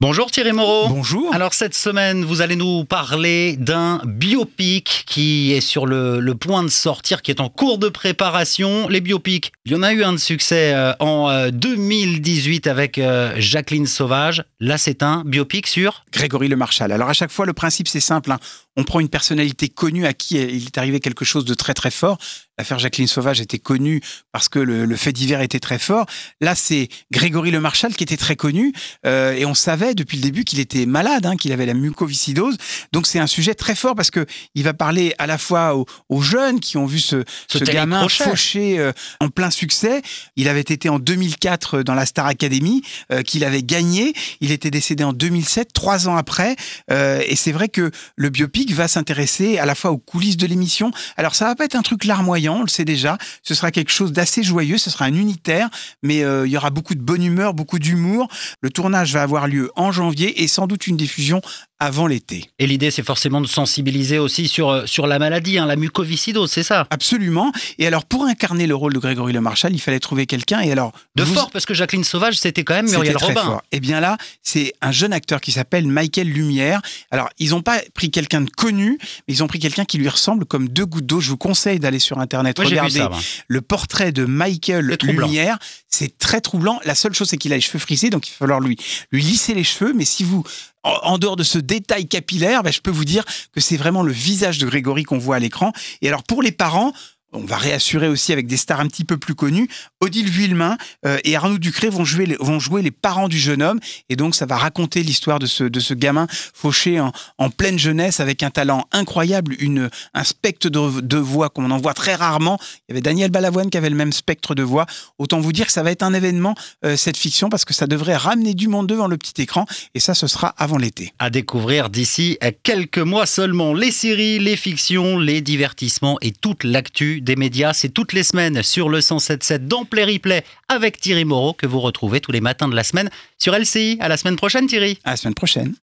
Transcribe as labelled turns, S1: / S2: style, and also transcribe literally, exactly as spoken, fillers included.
S1: Bonjour Thierry Moreau.
S2: Bonjour.
S1: Alors cette semaine, vous allez nous parler d'un biopic qui est sur le, le point de sortir, qui est en cours de préparation. Les biopics, il y en a eu un de succès euh, en euh, deux mille dix-huit avec euh, Jacqueline Sauvage. Là, c'est un biopic sur
S2: Grégory Le Marchal. Alors à chaque fois, le principe c'est simple, hein. On prend une personnalité connue à qui il est arrivé quelque chose de très très fort. L'affaire Jacqueline Sauvage était connue parce que le, le fait divers était très fort. Là, c'est Grégory Le Marchal qui était très connu euh, et on savait depuis le début qu'il était malade, hein, qu'il avait la mucoviscidose. Donc c'est un sujet très fort parce que il va parler à la fois aux, aux jeunes qui ont vu ce, ce, ce gamin fauché euh, en plein succès. Il avait été en deux mille quatre dans la Star Academy, euh, qu'il avait gagné. Il était décédé en deux mille sept, trois ans après. Euh, et c'est vrai que le biopic va s'intéresser à la fois aux coulisses de l'émission. Alors ça va pas être un truc larmoyant, on le sait déjà. Ce sera quelque chose d'assez joyeux, ce sera un unitaire, mais euh, il y aura beaucoup de bonne humeur, beaucoup d'humour. Le tournage va avoir lieu en janvier et sans doute une diffusion avant l'été.
S1: Et l'idée, c'est forcément de sensibiliser aussi sur, sur la maladie, hein, la mucoviscidose, c'est ça?
S2: Absolument. Et alors, pour incarner le rôle de Grégory Le Marchal, il fallait trouver quelqu'un. Et alors,
S1: de
S2: vous...
S1: fort, parce que Jacqueline Sauvage, c'était quand même Muriel
S2: très
S1: Robin.
S2: Fort. Et bien là, c'est un jeune acteur qui s'appelle Michael Lumière. Alors, ils n'ont pas pris quelqu'un de connu, mais ils ont pris quelqu'un qui lui ressemble comme deux gouttes d'eau. Je vous conseille d'aller sur Internet,
S1: Moi,
S2: regarder
S1: ça,
S2: le portrait de Michael Lumière. C'est très troublant. La seule chose, c'est qu'il a les cheveux frisés, donc il va falloir lui, lui lisser les cheveux. Mais si vous... En dehors de ce détail capillaire, ben, je peux vous dire que c'est vraiment le visage de Grégory qu'on voit à l'écran. Et alors, pour les parents, on va réassurer aussi avec des stars un petit peu plus connues. Odile Vuillemin euh, et Arnaud Ducré vont jouer, les, vont jouer les parents du jeune homme. Et donc, ça va raconter l'histoire de ce, de ce gamin fauché en, en pleine jeunesse avec un talent incroyable, une, un spectre de, de voix qu'on en voit très rarement. Il y avait Daniel Balavoine qui avait le même spectre de voix. Autant vous dire que ça va être un événement, euh, cette fiction, parce que ça devrait ramener du monde devant le petit écran. Et ça, ce sera avant l'été.
S1: À découvrir d'ici quelques mois seulement. Les séries, les fictions, les divertissements et toute l'actu des médias, c'est toutes les semaines sur le cent sept sept dans Play Replay avec Thierry Moreau que vous retrouvez tous les matins de la semaine sur L C I. À la semaine prochaine Thierry.
S2: À la semaine prochaine.